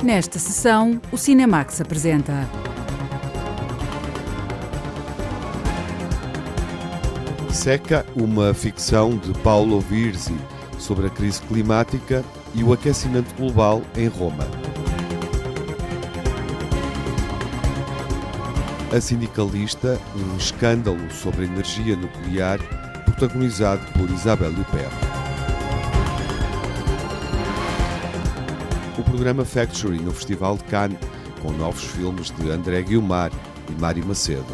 Nesta sessão, o Cinemax apresenta Seca, uma ficção de Paolo Virzi sobre a crise climática e o aquecimento global em Roma. A Sindicalista, um escândalo sobre a energia nuclear, protagonizado por Isabelle Huppert. O programa Factory no Festival de Cannes, com novos filmes de André Guiomard e Mário Macedo.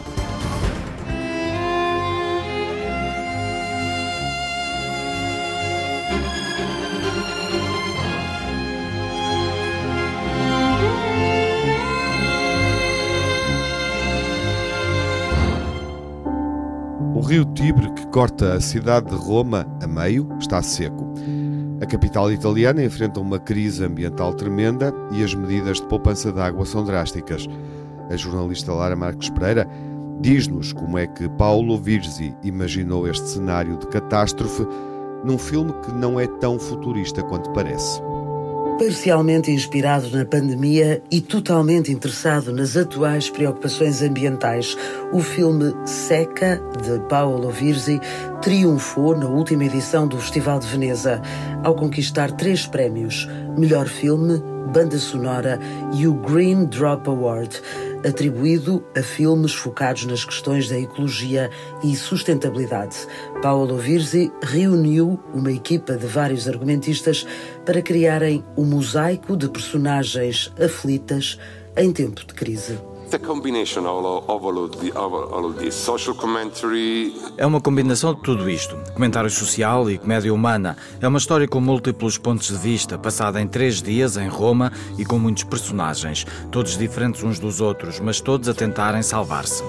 O rio Tibre, que corta a cidade de Roma a meio, está seco. A capital italiana enfrenta uma crise ambiental tremenda e as medidas de poupança de água são drásticas. A jornalista Lara Marques Pereira diz-nos como é que Paolo Virzi imaginou este cenário de catástrofe num filme que não é tão futurista quanto parece. Parcialmente inspirado na pandemia e totalmente interessado nas atuais preocupações ambientais, o filme Seca, de Paolo Virzi, triunfou na última edição do Festival de Veneza, ao conquistar 3 prémios: Melhor Filme, Banda Sonora e o Green Drop Award, atribuído a filmes focados nas questões da ecologia e sustentabilidade. Paolo Virzi reuniu uma equipa de vários argumentistas para criarem um mosaico de personagens aflitas em tempo de crise. É uma combinação de tudo isto. Comentário social e comédia humana. É uma história com múltiplos pontos de vista, passada em 3 dias em Roma e com muitos personagens, todos diferentes uns dos outros, mas todos a tentarem salvar-se.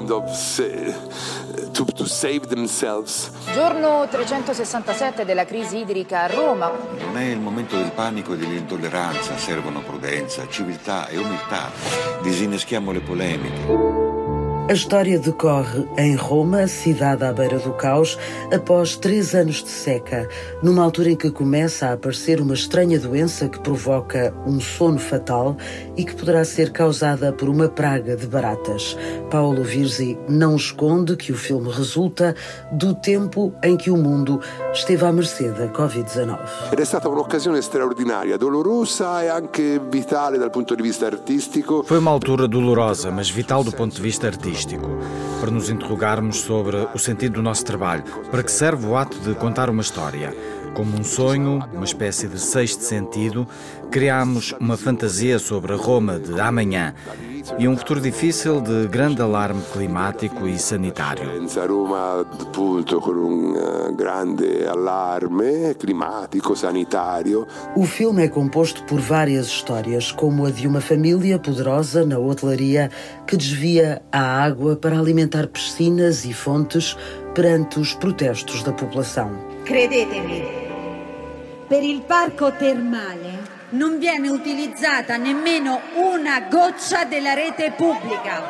To save themselves. Giorno 367 della crisi idrica a Roma. Non è il momento del panico e dell'intolleranza, servono prudenza, civiltà e umiltà. Disinneschiamo le polemiche. A história decorre em Roma, cidade à beira do caos, após 3 anos de seca, numa altura em que começa a aparecer uma estranha doença que provoca um sono fatal e que poderá ser causada por uma praga de baratas. Paolo Virzi não esconde que o filme resulta do tempo em que o mundo esteve à mercê da Covid-19. Ed è stata un'occasione straordinaria, dolorosa e anche vitale dal punto di vista artistico. Foi uma altura dolorosa, mas vital do ponto de vista artístico, para nos interrogarmos sobre o sentido do nosso trabalho, para que serve o ato de contar uma história. Como um sonho, uma espécie de sexto sentido, criámos uma fantasia sobre a Roma de amanhã e um futuro difícil de grande alarme climático e sanitário. Roma, appunto, con un grande allarme climatico, sanitário. O filme é composto por várias histórias, como a de uma família poderosa na hotelaria que desvia a água para alimentar piscinas e fontes perante os protestos da popolação. Credetemi, per il parco termale non viene utilizzata nemmeno una goccia della rete pubblica.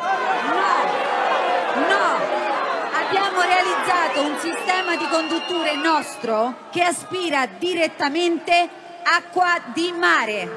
No! Abbiamo realizzato un sistema di condutture nostro che aspira direttamente acqua di mare.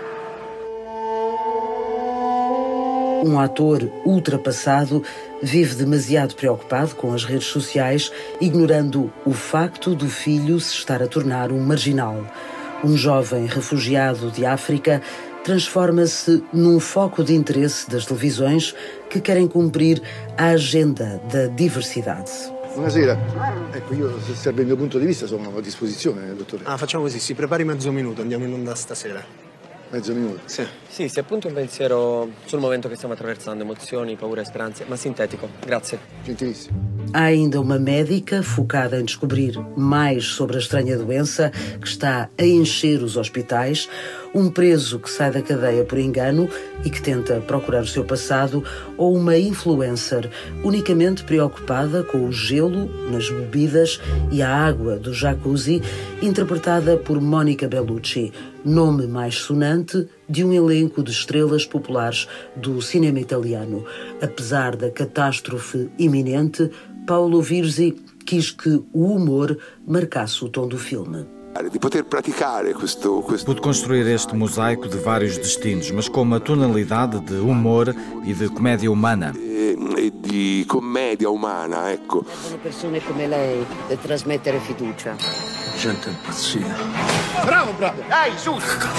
Um ator ultrapassado vive demasiado preocupado com as redes sociais, ignorando o facto do filho se estar a tornar um marginal. Um jovem refugiado de África transforma-se num foco de interesse das televisões que querem cumprir a agenda da diversidade. Buonasera. Ecco, io, se serve il mio punto di vista, sono a disposizione, dottore. Facciamo così, si prepari mezzo minuto, andiamo in onda stasera. Mezzo minuto? Sì, appunto un pensiero sul momento che stiamo attraversando, emozioni, paure, speranze, ma sintetico. Grazie. Gentilissimo. Há ainda uma médica focada em descobrir mais sobre a estranha doença que está a encher os hospitais, um preso que sai da cadeia por engano e que tenta procurar o seu passado, ou uma influencer unicamente preocupada com o gelo nas bebidas e a água do jacuzzi, interpretada por Monica Bellucci, nome mais sonante de um elenco de estrelas populares do cinema italiano. Apesar da catástrofe iminente, Paolo Virzi quis que o humor marcasse o tom do filme. De poder praticar questo... Pude construir este mosaico de vários destinos, mas com uma tonalidade de humor e de comédia humana. E di commedia umana, ecco. Servono persone come lei per trasmettere fiducia. Gente impazzita. Bravo, bravo! Dai, su!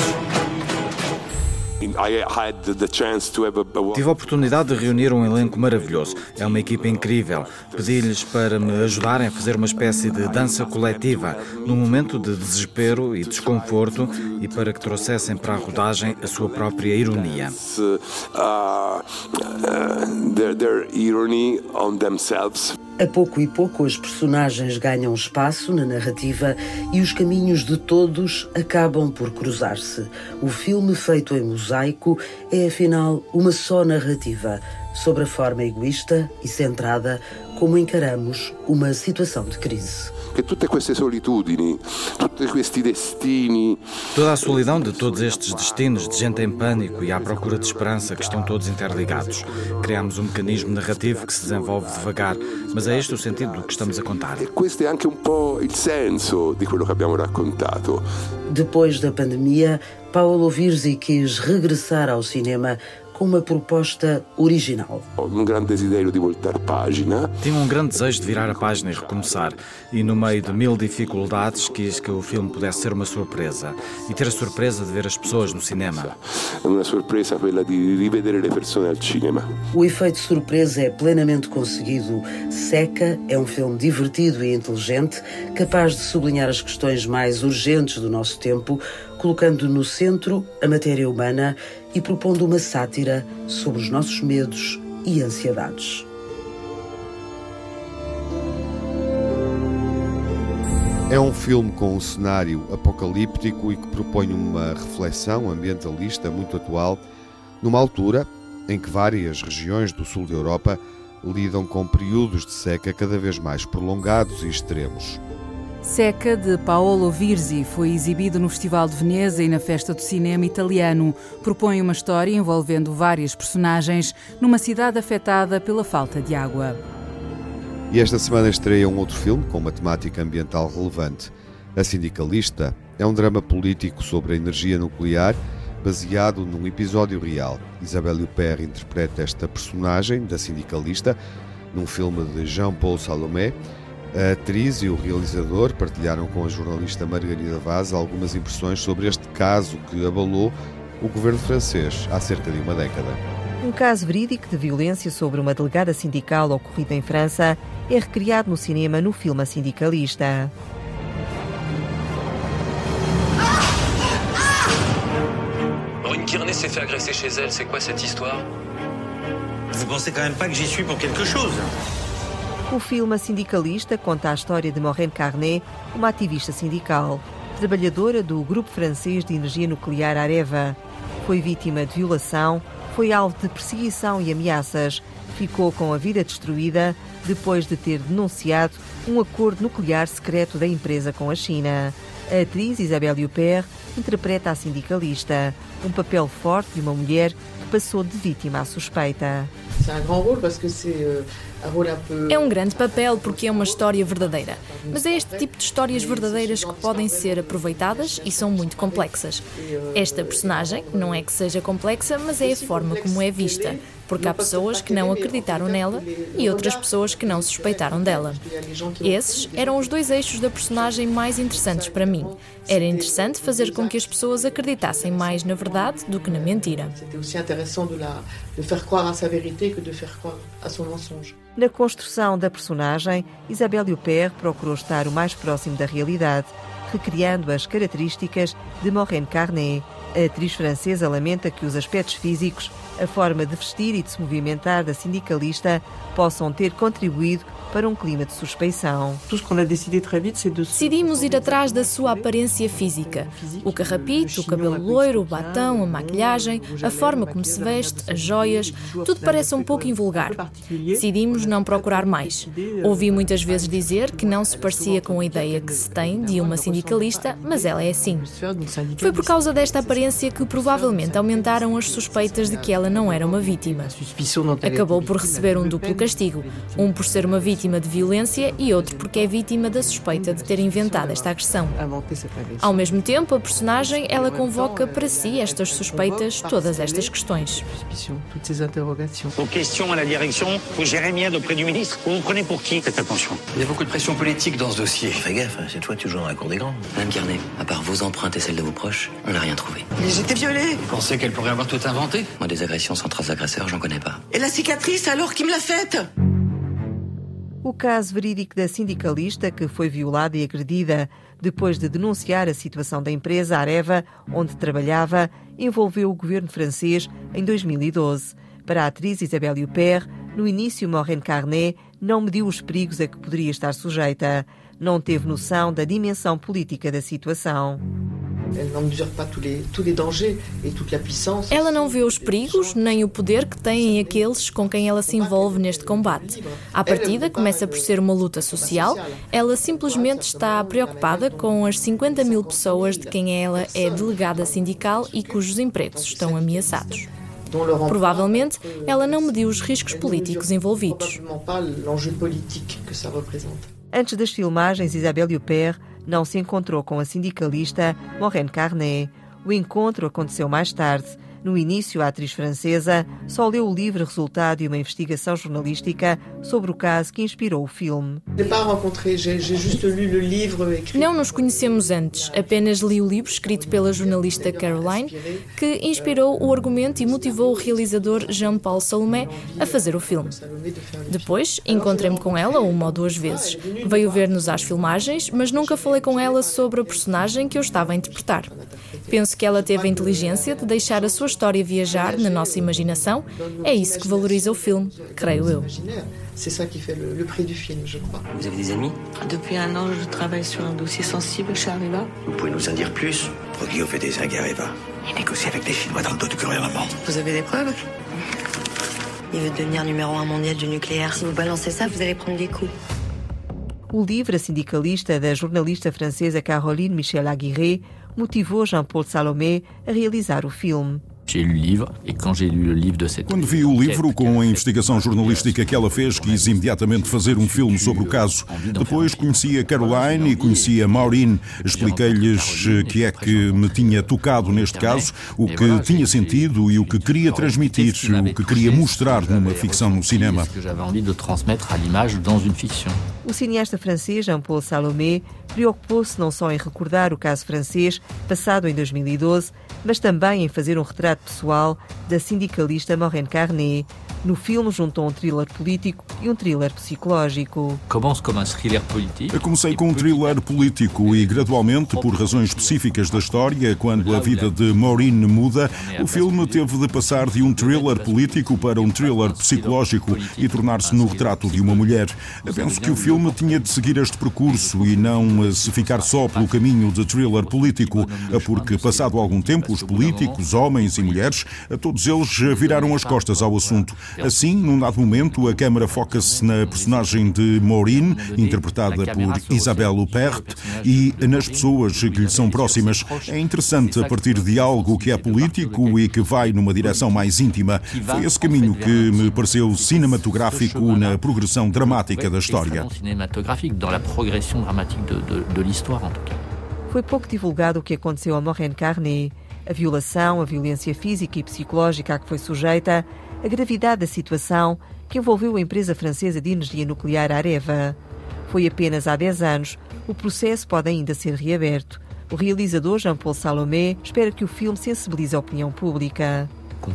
Tive a oportunidade de reunir um elenco maravilhoso. É uma equipa incrível. Pedi-lhes para me ajudarem a fazer uma espécie de dança coletiva, num momento de desespero e desconforto, e para que trouxessem para a rodagem a sua própria ironia. Their irony on themselves. A pouco e pouco as personagens ganham espaço na narrativa e os caminhos de todos acabam por cruzar-se. O filme feito em mosaico é afinal uma só narrativa sobre a forma egoísta e centrada como encaramos uma situação de crise. Que tutte queste solitudini, tutti questi destini... Toda a solidão de todos estes destinos de gente em pânico e à procura de esperança que estão todos interligados. Criamos um mecanismo narrativo que se desenvolve devagar, mas é este o sentido do que estamos a contar. E questo è anche un po' il senso di quello che abbiamo raccontato. Depois da pandemia, Paolo Virzi quis regressar ao cinema com uma proposta original. Um grande desejo de voltar página. Tinha um grande desejo de virar a página e recomeçar. E no meio de 1000 dificuldades quis que o filme pudesse ser uma surpresa. E ter a surpresa de ver as pessoas no cinema. Uma surpresa quella di rivedere le persone al cinema. O efeito surpresa é plenamente conseguido. Seca é um filme divertido e inteligente, capaz de sublinhar as questões mais urgentes do nosso tempo, colocando no centro a matéria humana e propondo uma sátira sobre os nossos medos e ansiedades. É um filme com um cenário apocalíptico e que propõe uma reflexão ambientalista muito atual, numa altura em que várias regiões do sul da Europa lidam com períodos de seca cada vez mais prolongados e extremos. Seca, de Paolo Virzi, foi exibido no Festival de Veneza e na Festa do Cinema Italiano. Propõe uma história envolvendo várias personagens numa cidade afetada pela falta de água. E esta semana estreia um outro filme com uma temática ambiental relevante. A Sindicalista é um drama político sobre a energia nuclear baseado num episódio real. Isabelle Huppert interpreta esta personagem da sindicalista num filme de Jean-Paul Salomé. A atriz e o realizador partilharam com a jornalista Margarida Vaz algumas impressões sobre este caso que abalou o governo francês há cerca de uma década. Um caso verídico de violência sobre uma delegada sindical ocorrido em França é recriado no cinema no filme A Sindicalista. Brune Kearney s'est fait agresser chez elle, c'est quoi cette histoire? Vous pensez quand même pas que j'y suis pour quelque chose? O filme A Sindicalista conta a história de Maureen Carnet, uma ativista sindical, trabalhadora do grupo francês de energia nuclear Areva. Foi vítima de violação, foi alvo de perseguição e ameaças. Ficou com a vida destruída depois de ter denunciado um acordo nuclear secreto da empresa com a China. A atriz Isabelle Huppert interpreta a sindicalista, um papel forte de uma mulher que passou de vítima à suspeita. É um grande papel porque é uma história verdadeira, mas é este tipo de histórias verdadeiras que podem ser aproveitadas e são muito complexas. Esta personagem não é que seja complexa, mas é a forma como é vista, porque há pessoas que não acreditaram nela e outras pessoas que não suspeitaram dela. Esses eram os dois eixos da personagem mais interessantes para mim. Era interessante fazer com que as pessoas acreditassem mais na verdade do que na mentira. Na construção da personagem, Isabelle Huppert procurou estar o mais próximo da realidade, recriando as características de Maureen Carnet. A atriz francesa lamenta que os aspectos físicos, a forma de vestir e de se movimentar da sindicalista possam ter contribuído para um clima de suspeição. Decidimos ir atrás da sua aparência física. O carrapito, o cabelo loiro, o batão, a maquilhagem, a forma como se veste, as joias, tudo parece um pouco invulgar. Decidimos não procurar mais. Ouvi muitas vezes dizer que não se parecia com a ideia que se tem de uma sindicalista, mas ela é assim. Foi por causa desta aparência que provavelmente aumentaram as suspeitas de que ela não era uma vítima. Acabou por receber um duplo castigo, um por ser uma vítima vítima de violência e outro porque é vítima da suspeita de ter inventado esta agressão. Ao mesmo tempo, a personagem, ela convoca para si estas suspeitas, todas estas questões. Aux questions à la direction, vous gérez bien auprès du ministre. Vous vous prenez pour qui? Faites attention. Il y a beaucoup de pression politique dans ce dossier. Fais gaffe, c'est toi qui joues dans la cour des grands. Madame Carnet, à part vos empreintes et celles de vos proches, on n'a rien trouvé. Mais j'étais violée. Vous pensez qu'elle pourrait avoir tout inventé? Moi, des agressions sans trace d'agresseur, j'en connais pas. Et la cicatrice, alors, qui me l'a faite? O caso verídico da sindicalista que foi violada e agredida depois de denunciar a situação da empresa Areva, onde trabalhava, envolveu o governo francês em 2012. Para a atriz Isabelle Huppert, no início Maureen Carnet não mediu os perigos a que poderia estar sujeita. Não teve noção da dimensão política da situação. Ela não vê os perigos nem o poder que têm aqueles com quem ela se envolve neste combate. À partida, começa por ser uma luta social. Ela simplesmente está preocupada com as 50 mil pessoas de quem ela é delegada sindical e cujos empregos estão ameaçados. Provavelmente, ela não mediu os riscos políticos envolvidos. Antes das filmagens, Isabelle Huppert não se encontrou com a sindicalista Maureen Carnet. O encontro aconteceu mais tarde. No início, a atriz francesa só leu o livro resultado de uma investigação jornalística sobre o caso que inspirou o filme. Não nos conhecemos antes, apenas li o livro escrito pela jornalista Caroline, que inspirou o argumento e motivou o realizador Jean-Paul Salomé a fazer o filme. Depois, encontrei-me com ela uma ou duas vezes. Veio ver-nos às filmagens, mas nunca falei com ela sobre a personagem que eu estava a interpretar. Penso que ela teve a inteligência de deixar a sua história viajar na nossa imaginação. É isso que valoriza o filme, creio eu. Vous avez des ennemis? Depuis un an, je travaille sur un dossier sensible chez Areva. Vous pouvez nous en dire plus? Proguio fait des zingues à Areva. Il négocie avec des Chinois dans le dos du gouvernement. Vous avez des preuves? Il veut devenir numéro 1 mondial du nucléaire. Si vous balancez ça, vous allez prendre des coups. O livro A Sindicalista, da jornalista francesa Caroline Michel Aguirre, motivou Jean-Paul Salomé a realizar o filme. Quando vi o livro com a investigação jornalística que ela fez, quis imediatamente fazer um filme sobre o caso. Depois conheci a Caroline e conheci a Maureen. Expliquei-lhes que é que me tinha tocado neste caso, o que tinha sentido e o que queria transmitir, o que queria mostrar numa ficção no cinema. O cineasta francês Jean-Paul Salomé preocupou-se não só em recordar o caso francês, passado em 2012, mas também em fazer um retrato pessoal da sindicalista Maureen Carnet. No filme juntou um thriller político e um thriller psicológico. Comecei com um thriller político e, gradualmente, por razões específicas da história, quando a vida de Maureen muda, o filme teve de passar de um thriller político para um thriller psicológico e tornar-se no retrato de uma mulher. Penso que o filme tinha de seguir este percurso e não se ficar só pelo caminho de thriller político, porque, passado algum tempo, os políticos, homens e mulheres, todos eles viraram as costas ao assunto. Assim, num dado momento, a câmara foca-se na personagem de Maureen, interpretada por Isabelle Huppert, e nas pessoas que lhe são próximas. É interessante, a partir de algo que é político e que vai numa direção mais íntima. Foi esse caminho que me pareceu cinematográfico na progressão dramática da história. Foi pouco divulgado o que aconteceu a Maureen Carnet. A violação, a violência física e psicológica a que foi sujeita, a gravidade da situação que envolveu a empresa francesa de energia nuclear Areva. Foi apenas há 10 anos. O processo pode ainda ser reaberto. O realizador Jean-Paul Salomé espera que o filme sensibilize a opinião pública.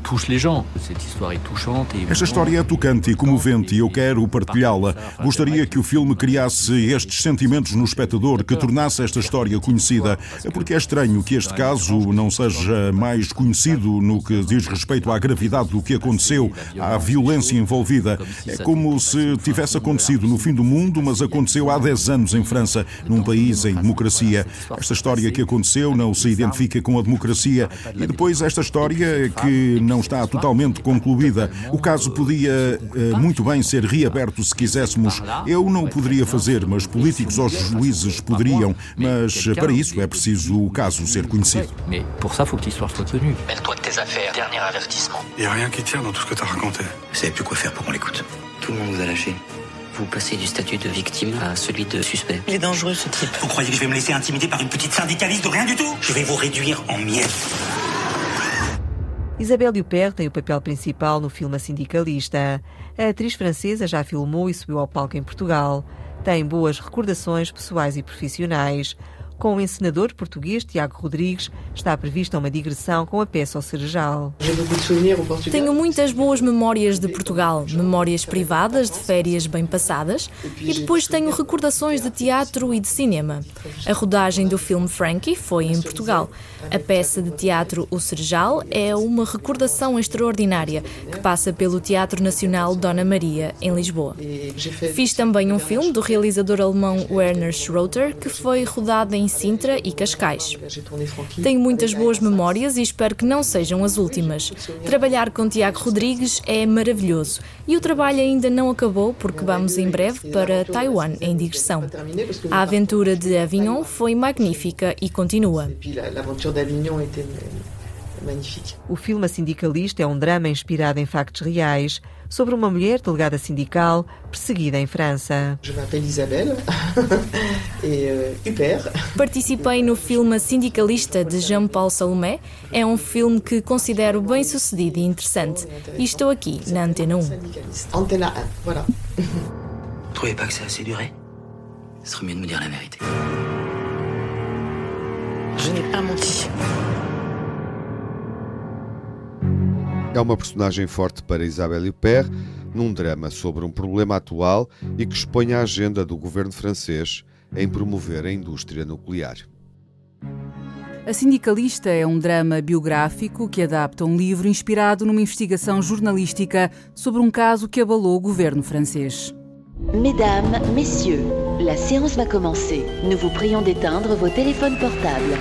Esta história é tocante e comovente e eu quero partilhá-la. Gostaria que o filme criasse estes sentimentos no espectador, que tornasse esta história conhecida. É porque é estranho que este caso não seja mais conhecido no que diz respeito à gravidade do que aconteceu, à violência envolvida. É como se tivesse acontecido no fim do mundo, mas aconteceu há 10 anos em França, num país em democracia. Esta história que aconteceu não se identifica com a democracia e depois esta história que não está totalmente concluída. O caso podia muito bem ser reaberto se quiséssemos. Eu não o poderia fazer, mas políticos ou juízes poderiam. Mas para isso é preciso o caso ser conhecido. Mais pour ça, faut que l'histoire soit connue. Mêle-toi de tes affaires. Dernier avertissement. Il n'y a rien qui tient dans tout ce que tu as raconté. Vous savez plus quoi faire pour qu'on l'écoute. Tout le monde vous a lâché. Vous passez du statut de victime à celui de suspect. Il est dangereux, ce type. Vous croyez que je vais me laisser intimider par une petite syndicaliste de rien du tout? Je vais vous réduire en miettes. Isabelle Huppert tem o papel principal no filme A Sindicalista. A atriz francesa já filmou e subiu ao palco em Portugal. Tem boas recordações pessoais e profissionais. Com o encenador português Tiago Rodrigues, está prevista uma digressão com a peça ao Serejal. Tenho muitas boas memórias de Portugal, memórias privadas de férias bem passadas, e depois tenho recordações de teatro e de cinema. A rodagem do filme Frankie foi em Portugal. A peça de teatro O Serejal é uma recordação extraordinária que passa pelo Teatro Nacional Dona Maria, em Lisboa. Fiz também um filme do realizador alemão Werner Schroeter, que foi rodado em Sintra e Cascais. Tenho muitas boas memórias e espero que não sejam as últimas. Trabalhar com Tiago Rodrigues é maravilhoso e o trabalho ainda não acabou porque vamos em breve para Taiwan em digressão. A aventura de Avignon foi magnífica e continua. O filme A Sindicalista é um drama inspirado em factos reais sobre uma mulher delegada sindical perseguida em França. Participei no filme A Sindicalista de Jean-Paul Salomé. É um filme que considero bem sucedido e interessante. E estou aqui na Antena 1. Antena 1, voilà. Trouvez pas que ça a assez duré? Ce serait mieux de me dire la vérité. Je n'ai pas menti. É uma personagem forte para Isabelle Huppert, num drama sobre um problema atual e que expõe a agenda do governo francês em promover a indústria nuclear. A Sindicalista é um drama biográfico que adapta um livro inspirado numa investigação jornalística sobre um caso que abalou o governo francês. Mesdames, messieurs, la séance va commencer. Nous vous prions d'éteindre vos téléphones portables.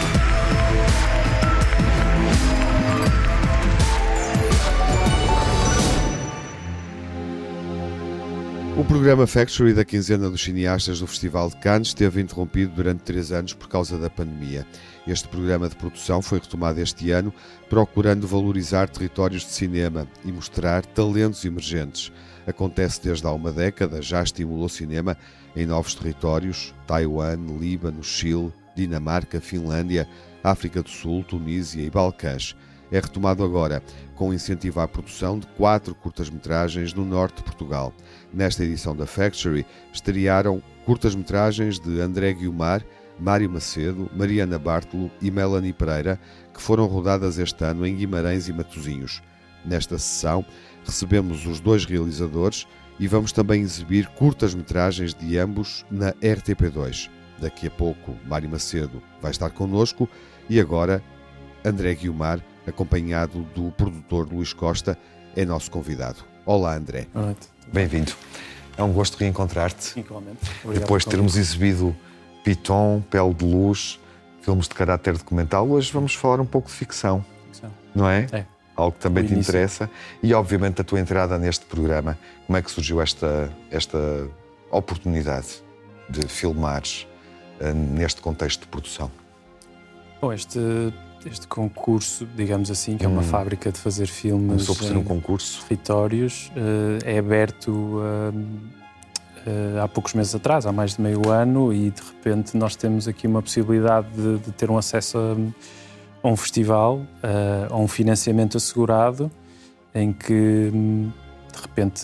O programa Factory da quinzena dos cineastas do Festival de Cannes esteve interrompido durante 3 anos por causa da pandemia. Este programa de produção foi retomado este ano, procurando valorizar territórios de cinema e mostrar talentos emergentes. Acontece desde há uma década, já estimulou o cinema em novos territórios: Taiwan, Líbano, Chile, Dinamarca, Finlândia, África do Sul, Tunísia e Balcãs. É retomado agora, com incentivo à produção de 4 curtas-metragens no norte de Portugal. Nesta edição da Factory estrearam curtas-metragens de André Guiomar, Mário Macedo, Mariana Bartolo e Melanie Pereira, que foram rodadas este ano em Guimarães e Matosinhos. Nesta sessão recebemos os 2 realizadores e vamos também exibir curtas-metragens de ambos na RTP2. Daqui a pouco Mário Macedo vai estar connosco e agora André Guiomar, acompanhado do produtor Luís Costa, é nosso convidado. Olá, André. Bem-vindo. É um gosto reencontrar-te. Igualmente. Depois de termos exibido Piton, Pele de Luz, filmes de caráter documental, hoje vamos falar um pouco de ficção. Não é? É. Algo que também te interessa. E, obviamente, a tua entrada neste programa. Como é que surgiu esta oportunidade de filmares neste contexto de produção? Bom, este concurso, digamos assim, que é uma fábrica de fazer filmes. Começou por ser um concurso. Territórios, é aberto há poucos meses atrás, há mais de meio ano, e de repente nós temos aqui uma possibilidade de ter um acesso a um festival, a um financiamento assegurado, em que de repente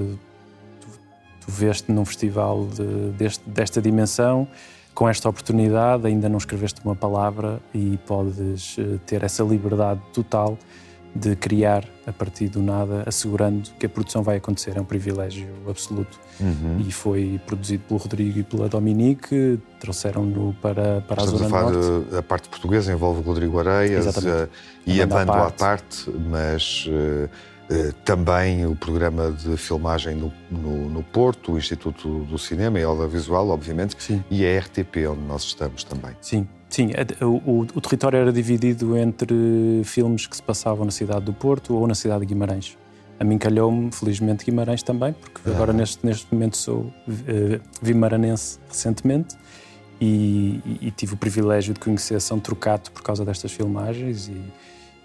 tu vês-te num festival desta dimensão, com esta oportunidade, ainda não escreveste uma palavra e podes ter essa liberdade total de criar a partir do nada, assegurando que a produção vai acontecer. É um privilégio absoluto. E foi produzido pelo Rodrigo e pela Dominique, trouxeram-no para a Zona Norte. A parte portuguesa envolve o Rodrigo Areias e a banda à parte, mas também o programa de filmagem no Porto, o Instituto do Cinema e Audiovisual, obviamente, e a RTP, onde nós estamos também. Sim. O território era dividido entre filmes que se passavam na cidade do Porto ou na cidade de Guimarães. A mim calhou-me, felizmente, Guimarães também, porque agora neste momento sou vimaranense recentemente e tive o privilégio de conhecer São Trocato por causa destas filmagens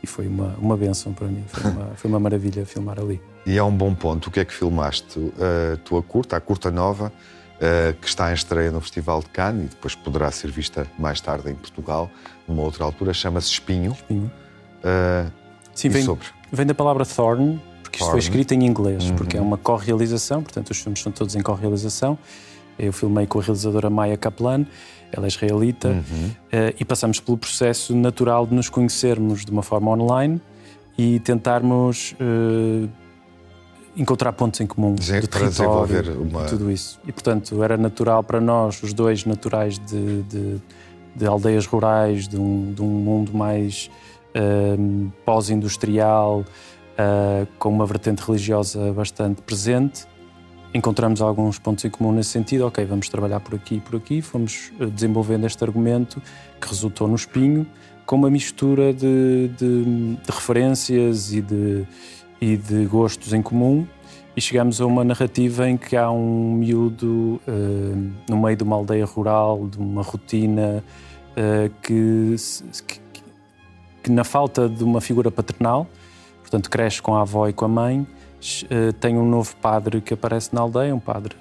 e foi uma bênção para mim, foi uma maravilha filmar ali. E é um bom ponto. O que é que filmaste? A tua curta, a curta nova, que está em estreia no Festival de Cannes e depois poderá ser vista mais tarde em Portugal, numa outra altura, chama-se Espinho. Espinho. Sim, vem da palavra thorn, porque isto foi escrito em inglês, porque é uma co-realização, portanto os filmes são todos em co-realização. Eu filmei com a realizadora Maya Kaplan, ela é israelita, e passamos pelo processo natural de nos conhecermos de uma forma online e tentarmos encontrar pontos em comum do território, tudo isso. E, portanto, era natural para nós, os dois naturais de aldeias rurais, de um mundo mais pós-industrial, com uma vertente religiosa bastante presente. Encontramos alguns pontos em comum nesse sentido. Ok, vamos trabalhar por aqui e por aqui. Fomos desenvolvendo este argumento que resultou no Espinho, com uma mistura de referências e de gostos em comum, e chegamos a uma narrativa em que há um miúdo no meio de uma aldeia rural, de uma rotina, que na falta de uma figura paternal, portanto cresce com a avó e com a mãe, tem um novo padre que aparece na aldeia, um padre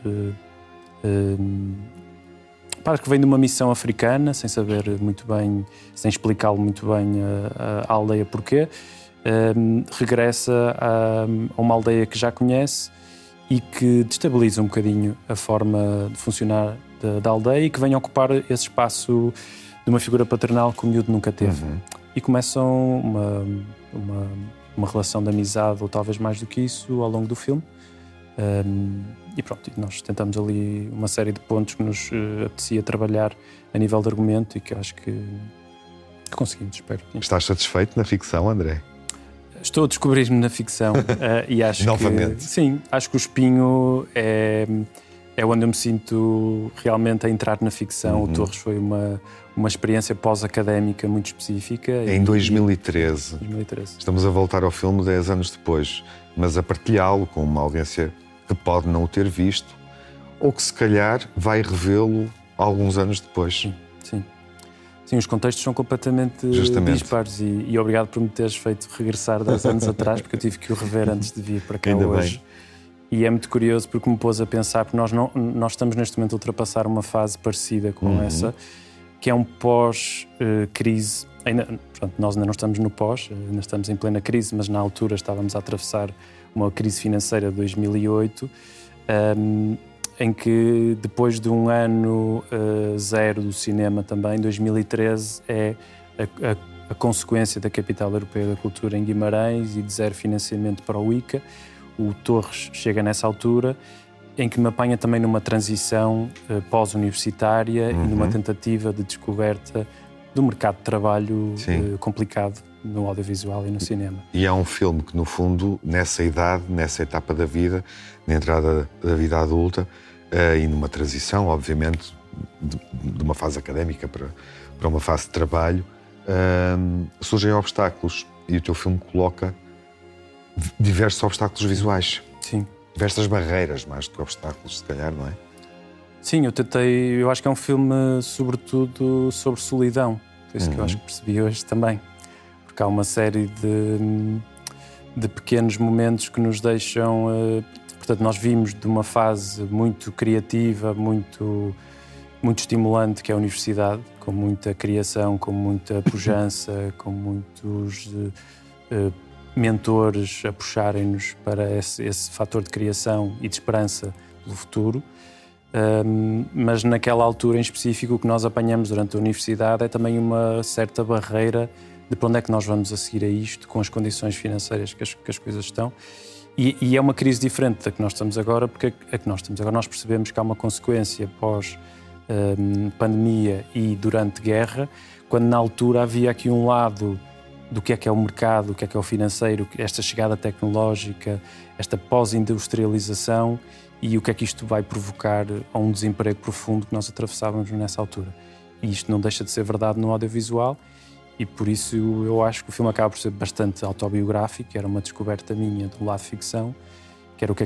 que vem de uma missão africana, sem saber muito bem, sem explicá-lo muito bem a aldeia porquê. Regressa a uma aldeia que já conhece e que destabiliza um bocadinho a forma de funcionar da aldeia e que vem ocupar esse espaço de uma figura paternal que o miúdo nunca teve. E começam uma relação de amizade, ou talvez mais do que isso, ao longo do filme. E pronto, nós tentamos ali uma série de pontos que nos apetecia trabalhar a nível de argumento e que acho que conseguimos, espero. Estás satisfeito na ficção, André? Estou a descobrir-me na ficção e acho novamente. Que... Sim, acho que o Espinho é onde eu me sinto realmente a entrar na ficção. O Torres foi uma experiência pós-académica muito específica. Em 2013. Estamos a voltar ao filme 10 anos depois, mas a partilhá-lo com uma audiência que pode não o ter visto ou que se calhar vai revê-lo alguns anos depois. Sim. Sim, os contextos são completamente dispares e obrigado por me teres feito regressar 10 anos atrás, porque eu tive que o rever antes de vir para cá ainda hoje. Bem. E é muito curioso porque me pôs a pensar, porque nós estamos neste momento a ultrapassar uma fase parecida com essa, que é um pós-crise. Nós ainda não estamos no pós, ainda estamos em plena crise, mas na altura estávamos a atravessar uma crise financeira de 2008, em que depois de um ano zero do cinema também, 2013 é a consequência da Capital Europeia da Cultura em Guimarães e de zero financiamento para o ICA. O Torres chega nessa altura em que me apanha também numa transição pós-universitária e numa tentativa de descoberta do mercado de trabalho complicado no audiovisual e no cinema. E é um filme que, no fundo, nessa idade, nessa etapa da vida, na entrada da vida adulta e numa transição, obviamente, de uma fase académica para uma fase de trabalho, surgem obstáculos e o teu filme coloca diversos obstáculos visuais. Sim. Diversas barreiras, mais do que obstáculos, se calhar, não é? Sim, eu acho que é um filme, sobretudo, sobre solidão. Foi isso que eu acho que percebi hoje também. Porque há uma série de pequenos momentos que nos deixam... portanto, nós vimos de uma fase muito criativa, muito estimulante, que é a universidade, com muita criação, com muita pujança, com muitos mentores a puxarem-nos para esse fator de criação e de esperança pelo futuro. Mas naquela altura em específico o que nós apanhamos durante a universidade é também uma certa barreira de para onde é que nós vamos a seguir a isto, com as condições financeiras que as coisas estão. E é uma crise diferente da que nós estamos agora, porque a que nós estamos agora nós percebemos que há uma consequência pós-pandemia e durante guerra, quando na altura havia aqui um lado do que é o mercado, o que é o financeiro, esta chegada tecnológica, esta pós-industrialização e o que é que isto vai provocar a um desemprego profundo que nós atravessávamos nessa altura. E isto não deixa de ser verdade no audiovisual e por isso eu acho que o filme acaba por ser bastante autobiográfico, era uma descoberta minha do lado de ficção, que era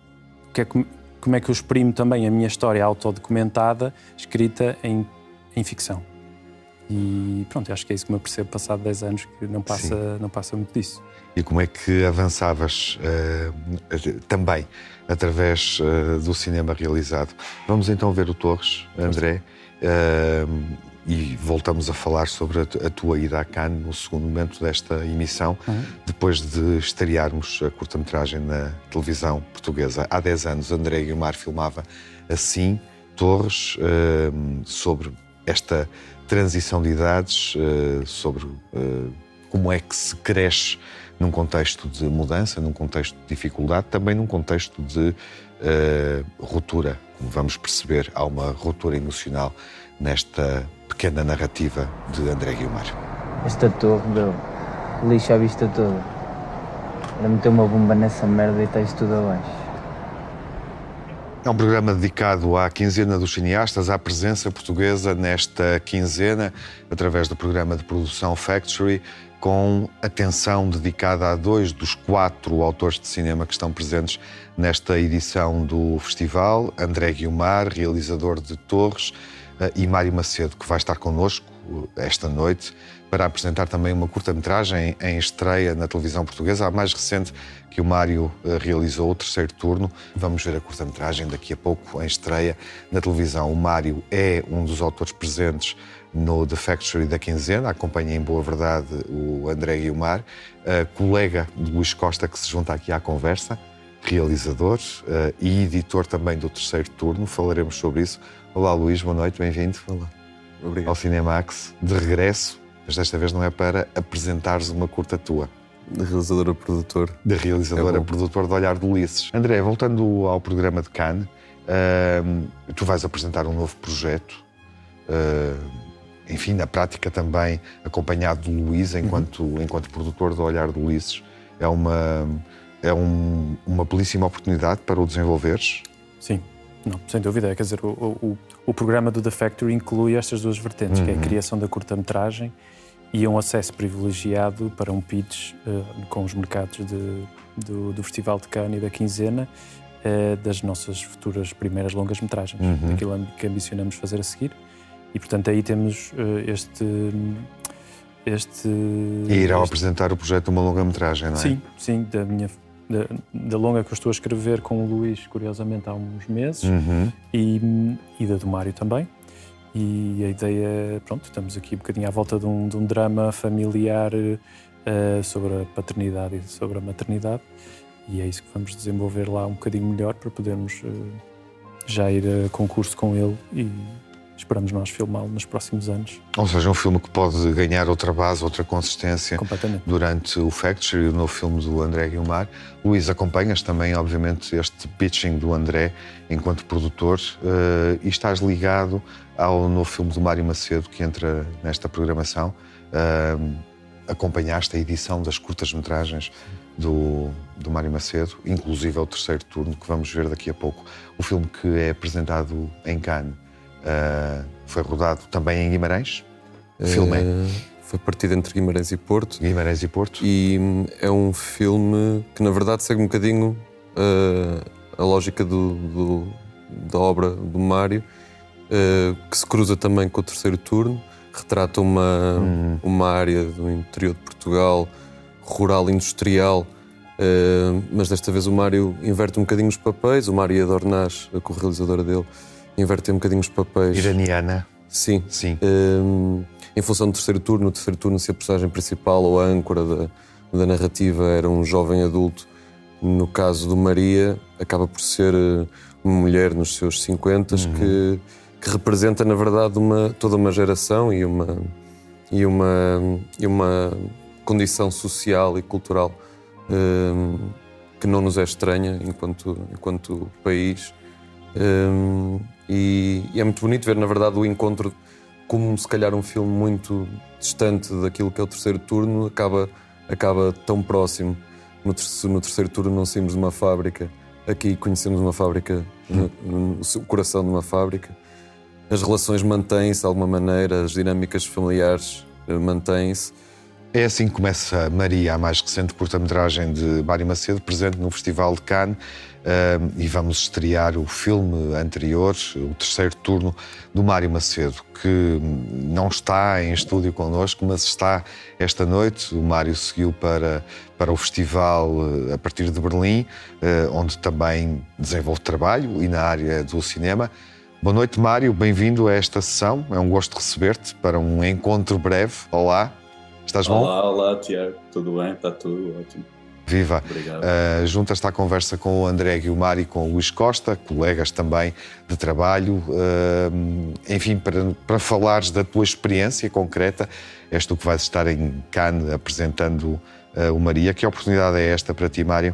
como é que eu exprimo também a minha história autodocumentada, escrita em ficção. E pronto, acho que é isso que me apercebo passado 10 anos, que não passa muito disso. E como é que avançavas também através do cinema realizado? Vamos então ver o Torres, André, e voltamos a falar sobre a tua ida a Cannes no segundo momento desta emissão, depois de estrearmos a curta-metragem na televisão portuguesa. Há 10 anos, André Guiomard filmava assim, Torres, sobre esta transição de idades, sobre como é que se cresce num contexto de mudança, num contexto de dificuldade, também num contexto de ruptura. Como vamos perceber, há uma ruptura emocional nesta pequena narrativa de André Guiomard. Esta torre deu lixo à vista toda. Era meter uma bomba nessa merda e está isto tudo abaixo. É um programa dedicado à quinzena dos cineastas, à presença portuguesa nesta quinzena, através do programa de produção Factory, com atenção dedicada a 2 dos 4 autores de cinema que estão presentes nesta edição do festival, André Guiomard, realizador de Torres, e Mário Macedo, que vai estar connosco esta noite para apresentar também uma curta-metragem em estreia na televisão portuguesa, a mais recente que o Mário realizou, o terceiro turno. Vamos ver a curta-metragem daqui a pouco em estreia na televisão. O Mário é um dos autores presentes no The Factory da quinzena, acompanha em boa verdade o André Guiomard, colega de Luís Costa, que se junta aqui à conversa, realizador e editor também do terceiro turno. Falaremos sobre isso. Olá Luís, boa noite, bem-vindo. Olá, obrigado. Ao Cinemax, de regresso, mas desta vez não é para apresentares uma curta tua. De realizadora-produtor. De realizadora-produtor de Olhar de Ulisses. André, voltando ao programa de Cannes, tu vais apresentar um novo projeto, enfim, na prática também acompanhado de Luís, enquanto produtor do Olhar de Ulisses. É uma belíssima oportunidade para o desenvolveres? Sim, não, sem dúvida. Quer dizer, o programa do The Factory inclui estas duas vertentes, que é a criação da curta-metragem e um acesso privilegiado para um pitch com os mercados do Festival de Cannes e da quinzena, das nossas futuras primeiras longas-metragens, daquilo que ambicionamos fazer a seguir. E, portanto, aí temos este... E irão apresentar o projeto de uma longa-metragem, não é? Sim, da longa que eu estou a escrever com o Luís, curiosamente, há uns meses, e da do Mário também. E a ideia, pronto, estamos aqui um bocadinho à volta de um drama familiar sobre a paternidade e sobre a maternidade, e é isso que vamos desenvolver lá um bocadinho melhor para podermos já ir a concurso com ele e esperamos nós filmá-lo nos próximos anos. Ou seja, um filme que pode ganhar outra base, outra consistência durante o Factory, o novo filme do André Guiomard. Luís, acompanhas também, obviamente, este pitching do André enquanto produtor e estás ligado ao novo filme do Mário Macedo que entra nesta programação. Acompanhaste a edição das curtas-metragens do Mário Macedo, inclusive ao terceiro turno, que vamos ver daqui a pouco. O filme que é apresentado em Cannes foi rodado também em Guimarães? Filme foi partido entre Guimarães e Porto. Guimarães e Porto. E é um filme que, na verdade, segue um bocadinho a lógica da obra do Mário, que se cruza também com o terceiro turno. Retrata uma área do interior de Portugal, rural, industrial, mas desta vez o Mário inverte um bocadinho os papéis. O Mário Adornaz, a co-realizadora dele, inverte um bocadinho os papéis. Iraniana. Sim. Em função do terceiro turno, no terceiro turno, se a personagem principal ou a âncora da narrativa era um jovem adulto, no caso do Maria, acaba por ser uma mulher nos seus 50 que representa, na verdade, toda uma geração e uma condição social e cultural que não nos é estranha enquanto país. E é muito bonito ver, na verdade, o encontro, como se calhar um filme muito distante daquilo que é o terceiro turno acaba tão próximo. No terceiro turno não saímos de uma fábrica, aqui conhecemos uma fábrica, o coração de uma fábrica. As relações mantêm-se de alguma maneira, as dinâmicas familiares mantêm-se, É assim que começa Maria, a mais recente curta-metragem de Mário Macedo, presente no Festival de Cannes, e vamos estrear o filme anterior, o terceiro turno do Mário Macedo, que não está em estúdio connosco, mas está esta noite. O Mário seguiu para o festival a partir de Berlim, onde também desenvolve trabalho e na área do cinema. Boa noite, Mário, bem-vindo a esta sessão. É um gosto receber-te para um encontro breve. Olá. Estás bom? Olá, Tiago. Tudo bem? Está tudo ótimo. Viva. Obrigado. Juntas-te à conversa com o André Guiomar e com o Luís Costa, colegas também de trabalho. Enfim, para falares da tua experiência concreta, és tu que vais estar em Cannes apresentando o Maria. Que oportunidade é esta para ti, Mário?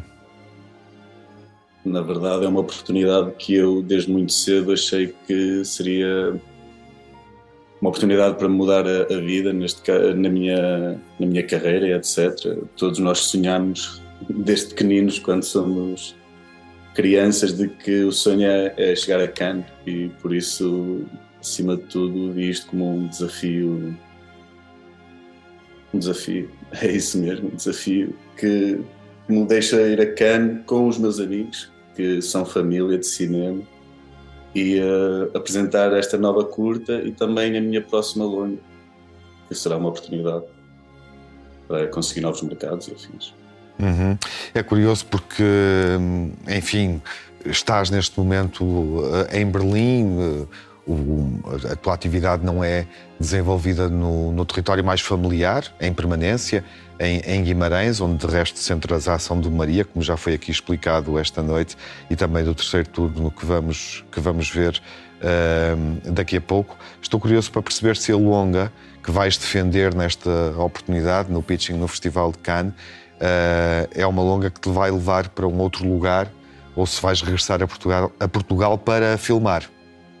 Na verdade, é uma oportunidade que eu, desde muito cedo, achei que seria uma oportunidade para mudar a vida na minha carreira, etc. Todos nós sonhamos desde pequeninos, quando somos crianças, de que o sonho é chegar a Cannes, e por isso, acima de tudo, vi isto como um desafio. É isso mesmo, um desafio que me deixa ir a Cannes com os meus amigos, que são família de cinema, e apresentar esta nova curta e também a minha próxima longa, que será uma oportunidade para conseguir novos mercados e afins. É curioso porque, enfim, estás neste momento em Berlim, a tua atividade não é desenvolvida no território mais familiar, em permanência, em Guimarães, onde de resto centras a ação do Maria, como já foi aqui explicado esta noite, e também do terceiro turno que vamos ver daqui a pouco. Estou curioso para perceber se a longa que vais defender nesta oportunidade, no pitching no Festival de Cannes, é uma longa que te vai levar para um outro lugar, ou se vais regressar a Portugal para filmar.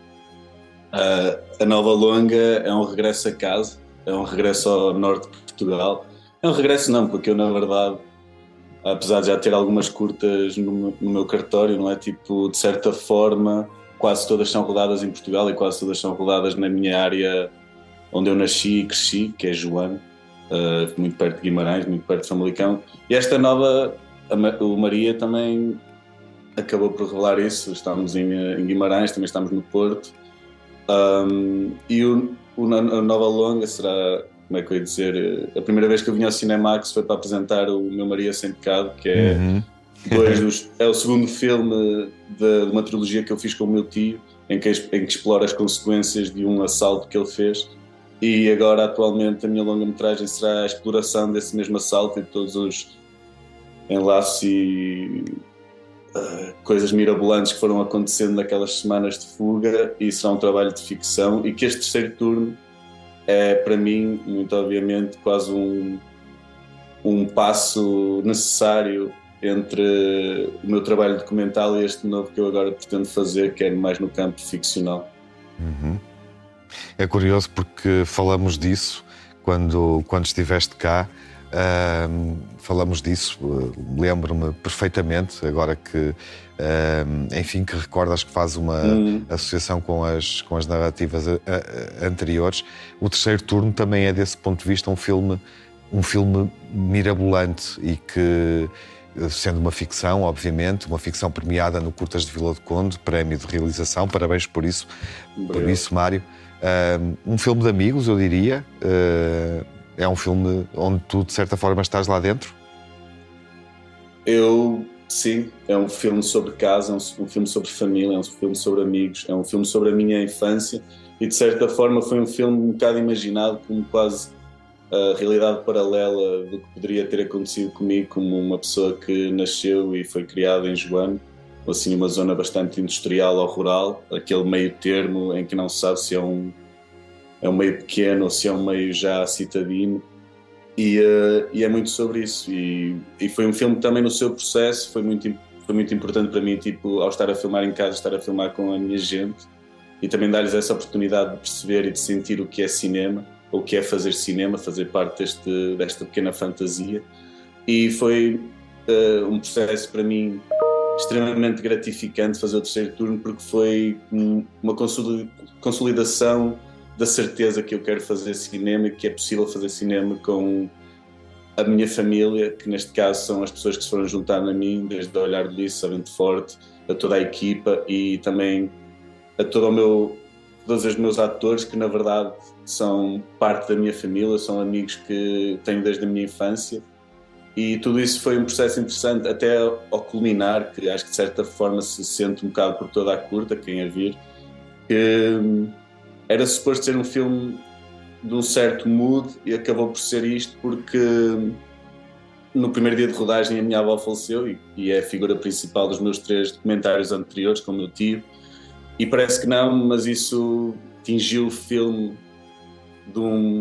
A nova longa é um regresso a casa, é um regresso ao norte de Portugal. É um regresso não, porque eu, na verdade, apesar de já ter algumas curtas no meu cartório, não é? Tipo, de certa forma, quase todas são rodadas em Portugal e quase todas são rodadas na minha área onde eu nasci e cresci, que é Joana, muito perto de Guimarães, muito perto de Famalicão. E esta nova, o Maria, também acabou por revelar isso. Estamos em Guimarães, também estamos no Porto. E a nova longa será, como é que eu ia dizer, a primeira vez que eu vim ao Cinemax foi para apresentar o meu Maria Sem Pecado, que é, é o segundo filme de uma trilogia que eu fiz com o meu tio, em que explora as consequências de um assalto que ele fez. E agora, atualmente, a minha longa-metragem será a exploração desse mesmo assalto e de todos os enlaces e coisas mirabolantes que foram acontecendo naquelas semanas de fuga, e será um trabalho de ficção, e que este terceiro turno é, para mim, muito obviamente, quase um passo necessário entre o meu trabalho documental e este novo que eu agora pretendo fazer, que é mais no campo ficcional. É curioso porque falamos disso quando estiveste cá. Falamos disso, lembro-me perfeitamente, agora que, enfim, que recordas que faz uma associação com as narrativas anteriores. O terceiro turno também é, desse ponto de vista, um filme mirabolante e que, sendo uma ficção, obviamente, uma ficção premiada no Curtas de Vila do Conde, prémio de realização, parabéns por isso, Mário. Um filme de amigos, eu diria. É um filme onde tu, de certa forma, estás lá dentro? Sim, é um filme sobre casa, é um filme sobre família, é um filme sobre amigos, é um filme sobre a minha infância, e de certa forma foi um filme um bocado imaginado como quase a realidade paralela do que poderia ter acontecido comigo, como uma pessoa que nasceu e foi criada em Joana, ou assim uma zona bastante industrial ou rural, aquele meio termo em que não se sabe se é um meio pequeno ou se é um meio já citadino, e é muito sobre isso, e foi um filme que também no seu processo foi muito importante para mim, tipo, ao estar a filmar em casa, estar a filmar com a minha gente, e também dar-lhes essa oportunidade de perceber e de sentir o que é cinema, ou o que é fazer cinema, fazer parte desta pequena fantasia, e foi um processo para mim extremamente gratificante fazer o terceiro turno, porque foi uma consolidação da certeza que eu quero fazer cinema e que é possível fazer cinema com a minha família, que neste caso são as pessoas que se foram juntando a mim, desde o Olhar de Lice, a Vento Forte, a toda a equipa e também a todos os meus atores, que na verdade são parte da minha família, são amigos que tenho desde a minha infância. E tudo isso foi um processo interessante até ao culminar, que acho que de certa forma se sente um bocado por toda a curta, quem a vir, que era suposto ser um filme de um certo mood e acabou por ser isto porque no primeiro dia de rodagem a minha avó faleceu e é a figura principal dos meus 3 documentários anteriores com o meu tio, e parece que não, mas isso atingiu o filme de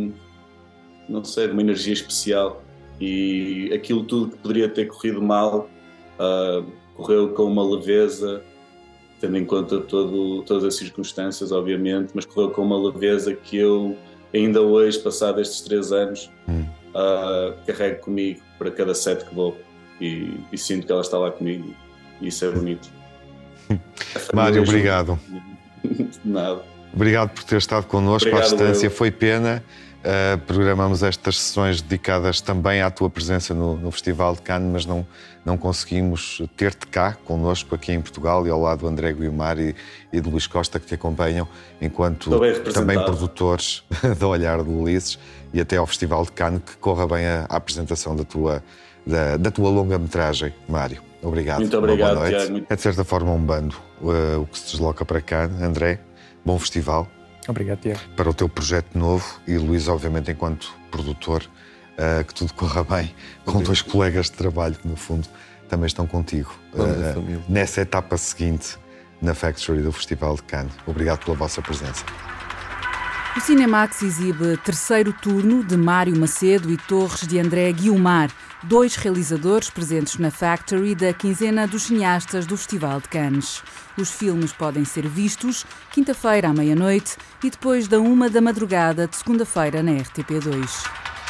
uma energia especial, e aquilo tudo que poderia ter corrido mal correu com uma leveza, tendo em conta todas as circunstâncias, obviamente, mas correu com uma leveza que eu ainda hoje, passado estes 3 anos, carrego comigo para cada set que vou e sinto que ela está lá comigo, e isso é bonito. Mário, obrigado. Nada. Obrigado por ter estado connosco. Obrigado, à distância. Foi pena. Programamos estas sessões dedicadas também à tua presença no Festival de Cannes, mas não conseguimos ter-te cá connosco aqui em Portugal, e ao lado do André Guiomar e de Luís Costa, que te acompanham enquanto também produtores do Olhar de Ulisses, e até ao Festival de Cannes. Que corra bem a apresentação da tua longa-metragem, Mário. Obrigado. Muito obrigado, boa noite. Tiago. É de certa forma um bando o que se desloca para Cannes. André, bom festival. Obrigado, Tiago. Para o teu projeto novo, e Luís, obviamente, enquanto produtor, que tudo corra bem, com 2 colegas de trabalho que, no fundo, também estão contigo nessa etapa seguinte na Factory do Festival de Cannes. Obrigado pela vossa presença. O Cinemax exibe 3º turno de Mário Macedo e Torres de André Guiomar, 2 realizadores presentes na Factory da quinzena dos cineastas do Festival de Cannes. Os filmes podem ser vistos quinta-feira à meia-noite e depois da 1 da madrugada de segunda-feira na RTP2.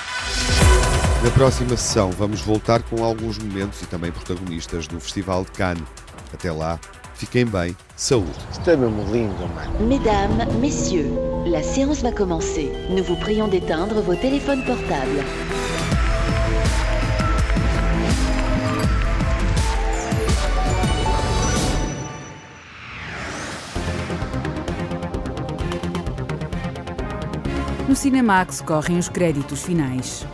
Na próxima sessão vamos voltar com alguns momentos e também protagonistas do Festival de Cannes. Até lá, fiquem bem, saúde. Isto é mesmo lindo, mano. Mesdames, messieurs, la séance va commencer. Nous vous prions d'éteindre vos téléphones portables. No Cinemax correm os créditos finais.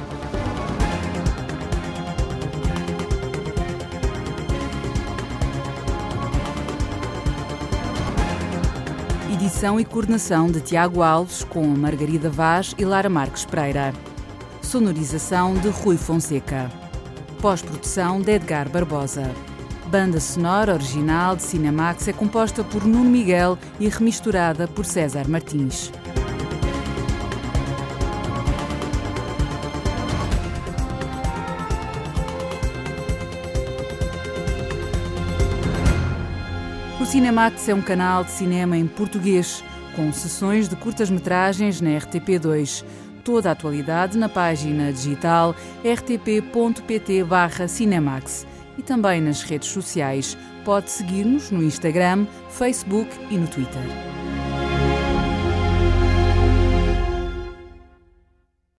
Edição e coordenação de Tiago Alves, com Margarida Vaz e Lara Marques Pereira. Sonorização de Rui Fonseca. Pós-produção de Edgar Barbosa. Banda sonora original de Cinemax é composta por Nuno Miguel e remisturada por César Martins. O Cinemax é um canal de cinema em português, com sessões de curtas-metragens na RTP2. Toda a atualidade na página digital rtp.pt/Cinemax e também nas redes sociais. Pode seguir-nos no Instagram, Facebook e no Twitter.